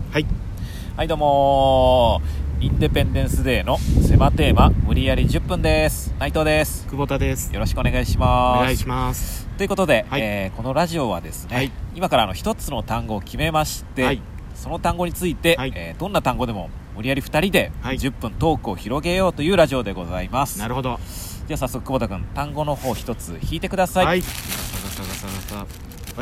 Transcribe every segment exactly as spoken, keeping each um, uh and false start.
はいはいどうもインデペンデンスデーの狭テーマ無理やりじゅっぷんです。内藤です。 久保田です。 よろしくお願いします。 お願いします。 ということで、 はいえー、このラジオはですね、はい、今からあの一つの単語を決めまして、はい、その単語について、はいえー、どんな単語でも無理やりふたりでじゅっぷんトークを広げようというラジオでございます。 なるほど。 じゃあ早速久保田君、単語の方一つ引いてください。 はい。さささささはい。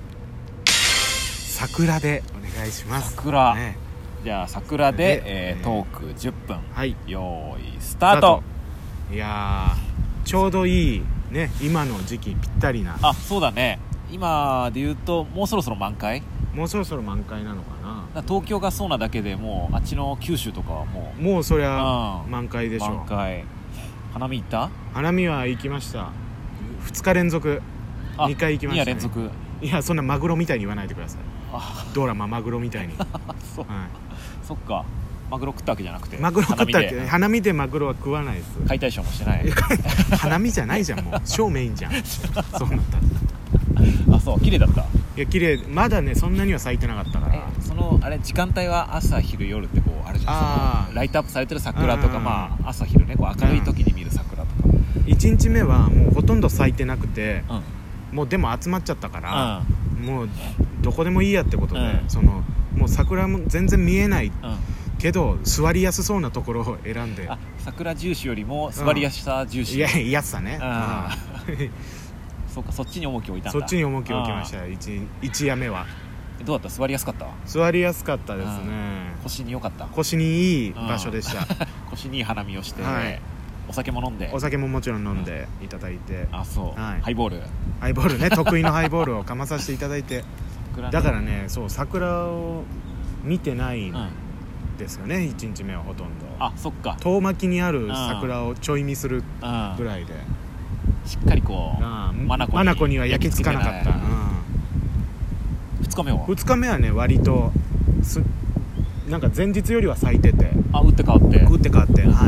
桜でお願いします。 桜、ね、じゃあ桜で、えー、トークじゅっぷん、はい、用意スタート。 いやーちょうどいいね、今の時期ぴったりな。 あ、そうだね。今で言うともうそろそろ満開もうそろそろ満開なのかな。 だ東京がそうなだけでもうあっちの九州とかはもうもうそりゃ満開でしょ。 満開。花見行った？ 花見は行きました。ふつか連続にかい行きましたね。 にや連続。 いやそんなマグロみたいに言わないでください。ドラママグロみたいにそう、はい、そっか。マグロ食ったわけじゃなくてマグロ食ったわけ花見で、花見でマグロは食わないです。 解体ショーもしてない。 花見じゃないじゃん、もうショーメインじゃん。そうなったらあ、そう、綺麗だった。いや綺麗、まだねそんなには咲いてなかったから。 そのあれ時間帯は朝昼夜ってこうあるじゃん。あライトアップされてる桜とか、まあ朝昼ねこう明るい時に見る桜とか。 いちにちめはもうほとんど咲いてなくて、うん、もうでも集まっちゃったから、うん、もうどこでもいいやってことで、うん、そのもう桜も全然見えない、うん、けど座りやすそうなところを選んで。あ、 桜重視よりも座りやすさ重視、 うん、いや安さね。 そうか、そっちに重きを置いたんだ。 そっちに重きを置きました。 1, 1夜目はどうだった？座りやすかった？ 座りやすかったですね。 腰に良かった？ 腰にいい場所でした。 腰にいい花見をして、はい、お酒も飲んで。 お酒ももちろん飲んでいただいて、 あ、そう、はい、ハイボールハイボールね得意のハイボールをかまさせていただいて、ね、だからね、そう桜を見てないんですよね、うん、いちにちめはほとんど。 あ、そっか。 遠巻きにある桜をちょい見するぐらいで、 うん、しっかりこうマナコに、マナコには焼き付かなかった。 ふつかめはふつかめはね割とすなんか前日よりは咲いてて、 あ、打って変わって打って変わって、はい、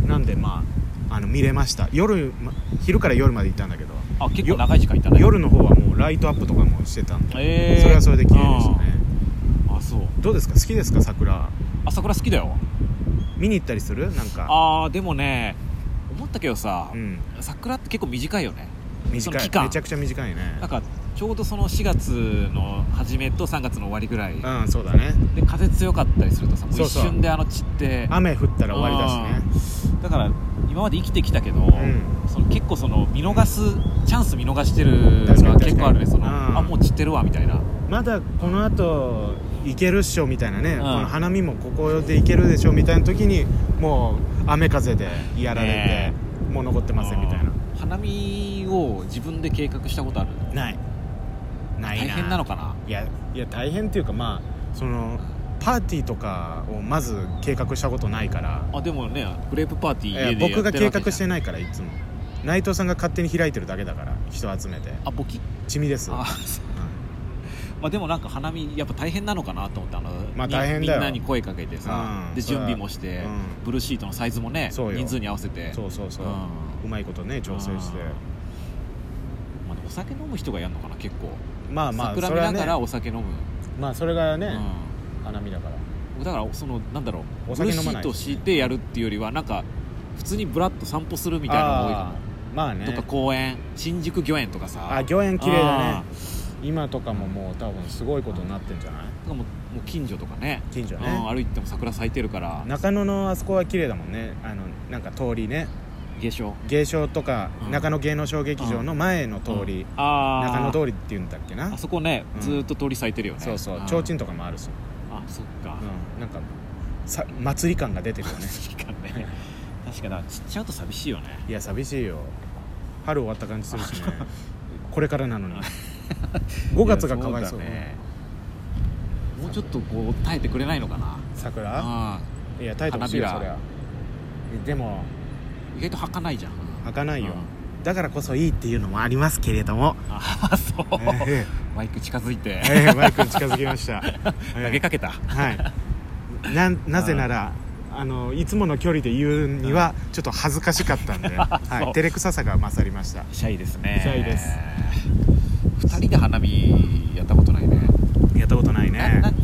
なんでまああの見れました。夜、ま、昼から夜まで行ったんだけど、 あ、結構長い時間行ったね。 夜の方はもうライトアップとかもしてたんで、 えー、 それはそれで綺麗でしたね。 あ、そう。 どうですか、好きですか桜？ あ、桜好きだよ。 見に行ったりする？なんかあーでもね思ったけどさ、うん、桜って結構短いよね。 短い、めちゃくちゃ短いね。 なんかちょうどそのしがつの初めとさんがつの終わりぐらい、 うん、そうだね。 で風強かったりするとさ、もう一瞬であの散って、 雨降ったら終わりだしね。 だから今まで生きてきたけど、うん、その結構その見逃すチャンス見逃してるのが結構あるね。その、うん、あ、もう散ってるわみたいな。まだこの後いけるっしょみたいなね、うん、この花見もここでいけるでしょみたいな時にもう雨風でやられて、ね、もう残ってませんみたいな。 花見を自分で計画したことある？ ないないな。 大変なのかな。 いやいや大変っていうか、まあそのパーティーとかをまず計画したことないから。 あ、でもねグレープパーティー家でやってるわけじゃん。 僕が計画してないから、いつも内藤さんが勝手に開いてるだけだから、人集めて。 あ、簿記地味です。あ、うん、 まあ、でもなんか花見やっぱ大変なのかなと思った。あの、 まあ、大変だよ。 みんなに声かけてさ、うん、で準備もして、うん、ブルーシートのサイズもね人数に合わせて、 そうそうそう、うん、うまいことね調整して。 まあ、お酒飲む人がやるのかな結構。 まあまあ桜見ながらお酒飲む、 まあそれがね、うん、花見だから。 だからそのなんだろう、お酒飲まない、ブルーシートを敷いてやるっていうよりはなんか普通にブラッと散歩するみたいなのが多いかも。 まあね、 とか公園、新宿御苑とかさ。 あ、御苑綺麗だね。今とかももう多分すごいことになってんじゃない？ とかもう近所とかね、 近所ね、 うん、歩いても桜咲いてるから。 中野のあそこは綺麗だもんね。あのなんか通りね、 芸商芸商とか、うん、中野芸能小劇場の前の通り、うん、あ中野通りっていうんだっけな。 あそこね、うん、ずっと通り咲いてるよね。 そうそう、提灯とかもあるし。 あ、そっか、 うん、なんかさ祭り感が出てるよね。 確かにね。確かにちっちゃうと寂しいよね。 いや寂しいよ。春終わった感じするしね。これからなのに。ごがつがかわいそう。ね、 もうちょっとこう耐えてくれないのかな桜。あ、いや耐えてほしいよそりゃ。でも意外と儚いじゃん。 儚いよ、うん、だからこそいいっていうのもありますけれども。 あ、そう、えー、マイク近づいて、 えー、マイクに近づきました。 投げかけた。 はい。な, なぜならあのいつもの距離で言うにはちょっと恥ずかしかったんで、はい、照れくささが勝りました。 シャイですね。 シャイです。 ふたりで花見やったことないね。 やったことないね。 何人かさ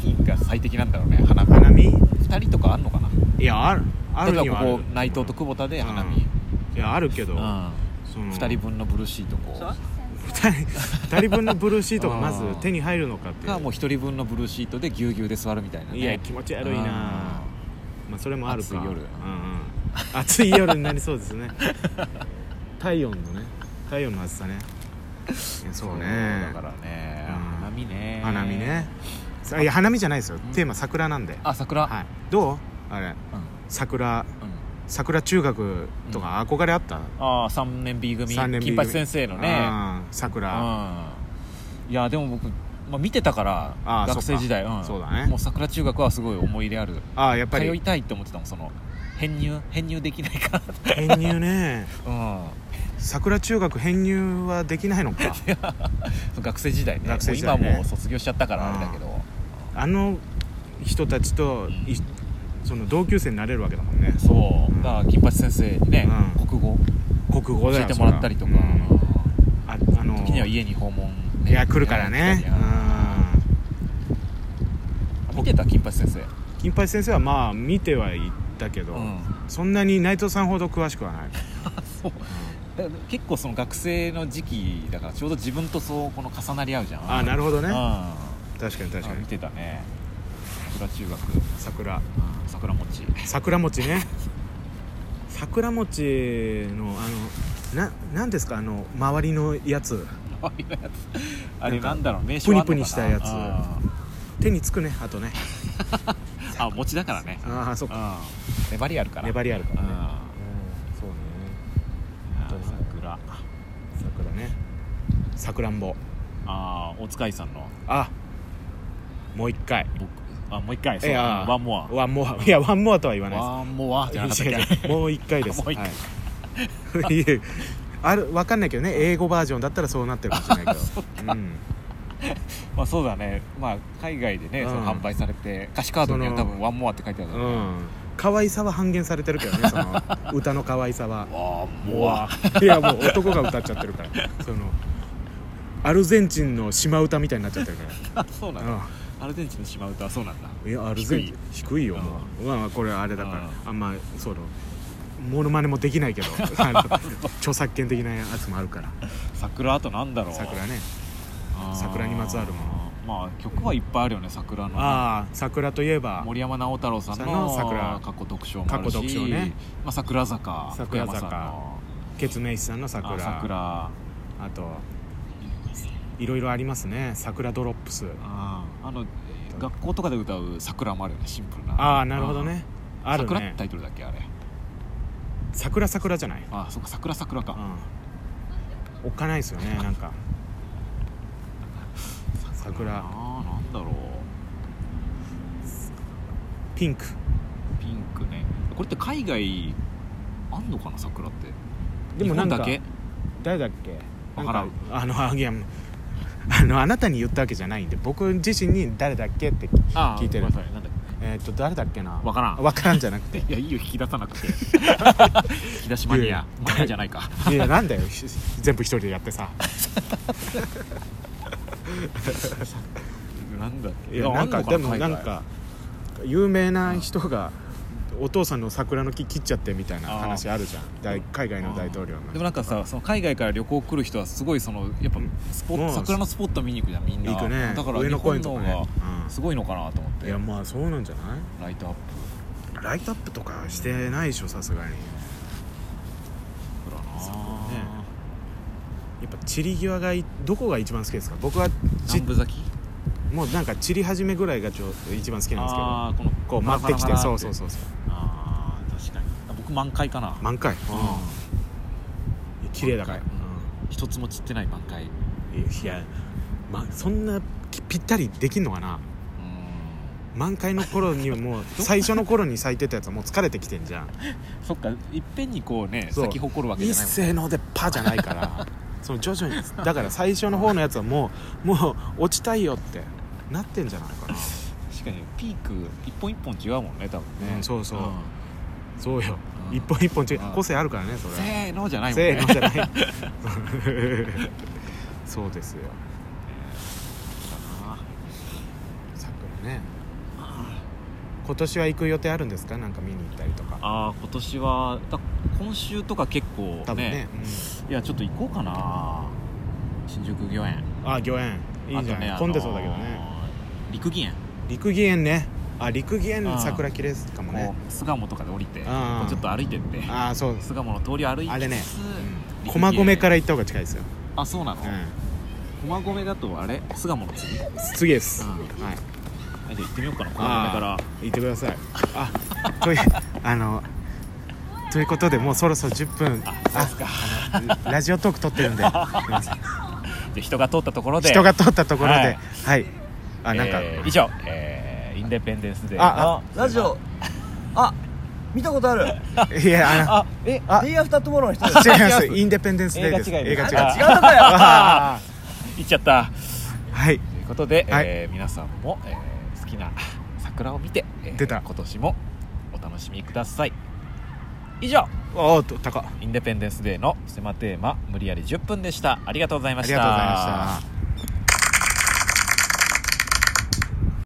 最適なんだろうね、花見。 花見ふたりとかあんのかな。 いや、あるあるにはある。 例えばここ内藤と久保田で花見、うん、 いやあるけど、うん、 そのふたりぶんのブルーシートこうふたりふたりぶんのブルーシートがまず手に入るのかっていうか、もうひとりぶんのブルーシートでぎゅうぎゅうで座るみたいなね。 いや気持ち悪いな。まあそれもあるか。 暑い夜、うんうん、 暑い夜になりそうですね体温のね、体温の暑さね。いやそうね、 だからね、うん、花見ね、 花見ね。いや花見じゃないですよ、テーマ桜なんで。 あ、桜、 はい、どうあれ、うん、桜、うん、桜中学とか憧れあった、うん、 ああさんねん B 組、金八先生のね桜、 うん、いやでも僕、まあ、見てたから、学生時代、うん、 そうだね、 もう桜中学はすごい思い入れある。 あ、やっぱり通いたいって思ってたもん。その編入編入できないかな編入ね、うん、桜中学編入はできないのか学生時代ね。 学生時代ね、 今もう卒業しちゃったからあれだけど、 あの人たちと、うん、その同級生になれるわけだもんね。 そう、うん、だから金八先生にね、うん、国語国語教えてもらったりとか、うん、ああのー、時には家に訪問、ね、 いや来るからね、 うん、見てた金八先生。 金八先生はまあ見てはいたけど、うん、そんなに内藤さんほど詳しくはないそう、うん、結構その学生の時期だからちょうど自分とそうこの重なり合うじゃん。 あ、なるほどね、 うん、 確かに確かに見てたね。桜中学、 桜、うん、 桜餅、 桜餅ね桜餅のあのななんですか、あの周りのやつ周りのやつあれなんだろう、名称あんのかな。 プニプニしたやつ、手につくね、あとねあ、餅だからね。 ああ、そっか、 粘りあるから、 粘りあるからね、うん、そうね。 あと桜桜ね、さくらんぼ。 ああ、大塚愛さんの、 あ、もう一回、 僕、あ、もう一回、そう、ワンモア、 ワンモア、いやワンモアとは言わないです。 ワンモアじゃなかったっけもう一回です。もう一回、はい、ある、分かんないけどね、英語バージョンだったらそうなってるかもしれないけどうん、 まあそうだね、まあ海外でね、うん、その販売されて歌詞カードには多分ワンモアって書いてあるから、ね、うん、可愛さは半減されてるけどね、その歌の可愛さはワンモアいやもう男が歌っちゃってるからそのアルゼンチンの島歌みたいになっちゃってるからそうなんだ、うん、アルゼンチンの島歌はそうなんだ。 いやアルゼンチン低いよ、もう、まあ、これあれだから、あんまそのモノマネもできないけど著作権的なやつもあるから。 桜、あとなんだろう、 桜ね、桜にまつわるもの、 まあ曲はいっぱいあるよね、桜の。 ああ、桜といえば森山直太朗さんの桜過去読書もあるし、過去読書ね、まあ、桜坂、 桜坂、ケツメイシさんの桜、 あ桜、 あといろいろありますね、桜ドロップス、 ああの学校とかで歌う桜もあるよね、シンプルな。 ああ、なるほどね、あるね。 桜ってタイトルだっけ、あれ。 桜桜じゃない。 ああ、そっか、桜桜か、 うん、おっかないですよね、なんか桜、 ああ、なんだろう、 ピンク、 ピンクね。これって海外あんのかな、桜って。 でもなんか日本だけ、 誰だっけ、 わからん。 あのあいやあのあなたに言ったわけじゃないんで、僕自身に誰だっけって聞いてる。 なんだっけ、 えー、っと誰だっけな、 わからん、 わからんじゃなくていや、いいよ、引き出さなくて引き出しマニア、マニアじゃないかいや、なんだよ、全部一人でやってさなんだっけ、 いや、なんかでもなんか有名な人がお父さんの桜の木切っちゃってみたいな話あるじゃん、海外の大統領の。 でもなんかさ、その海外から旅行来る人はすごいそのやっぱスポット、桜のスポット見に行くじゃん、みんな。 行くね。 だから日本の方がすごいのかなと思って。 いや、まあそうなんじゃない。 ライトアップライトアップとかしてないでしょ、さすがに。 ほらな、 ね、やっぱ散り際がどこが一番好きですか。僕は南部咲き、 もうなんか散り始めぐらいがちょ一番好きなんですけど、 あこのこう舞ってきて、そうそうそうそう、 あ確かに、僕満開かな。 満開、うん、綺麗だから、うん、 一つも散ってない満開。 いや、ま、そんなぴったりできんのかな。満開の頃にはもう最初の頃に咲いてたやつはもう疲れてきてんじゃんそっか、いっぺんにこうね咲き誇るわけじゃないもんね。 一斉のでパじゃないからその徐々に、だから最初の方のやつはもうもう落ちたいよってなってんじゃないかな。 確かにピーク一本一本違うもんね、多分ね、 うん、そうそう、うん、そうよ、うん、一本一本違う、個性あるからね、それ。 せーのじゃないもんね。 せーのじゃないそうですよ、桜ね。 今年は行く予定あるんですか？なんか見に行ったりとか。 ああ今年はだ今週とか結構ね多分ね、 うん、いやちょっと行こうかな新宿御苑。 ああ御苑いいじゃん、ね、混んでそうだけどね。 陸義園陸義園ね。あ陸義園桜綺麗ですかもね。 巣鴨とかで降りてちょっと歩いてってあそう巣鴨の通りを歩いてあれね、うん、駒込から行った方が近いですよ。 あそうなの、うん、駒込だとあれ巣鴨の次次です、うん、はいじゃあ行ってみようかな駒込から行ってください。あというあのということでもうそろそろじゅっぷん。 あそうですか。 ラジオトーク撮ってるんでで人が通ったところで人が通ったところではい、はい、あなんか、 えー、以上、えー、インデペンデンスデーのあラジオあ見たことあるいやあのあえあデイアフタートゥモローの人です違いますインデペンデンスデーです。 映画違い映画違う違うのかよ言っちゃったはいということで、 はいえー、皆さんも、えー、好きな桜を見て、えー、 出た今年もお楽しみください。以上おーっと高インデペンデンスデーのセマテーマ無理やりじゅっぷんでした。ありがとうございました。 ありがとうございました。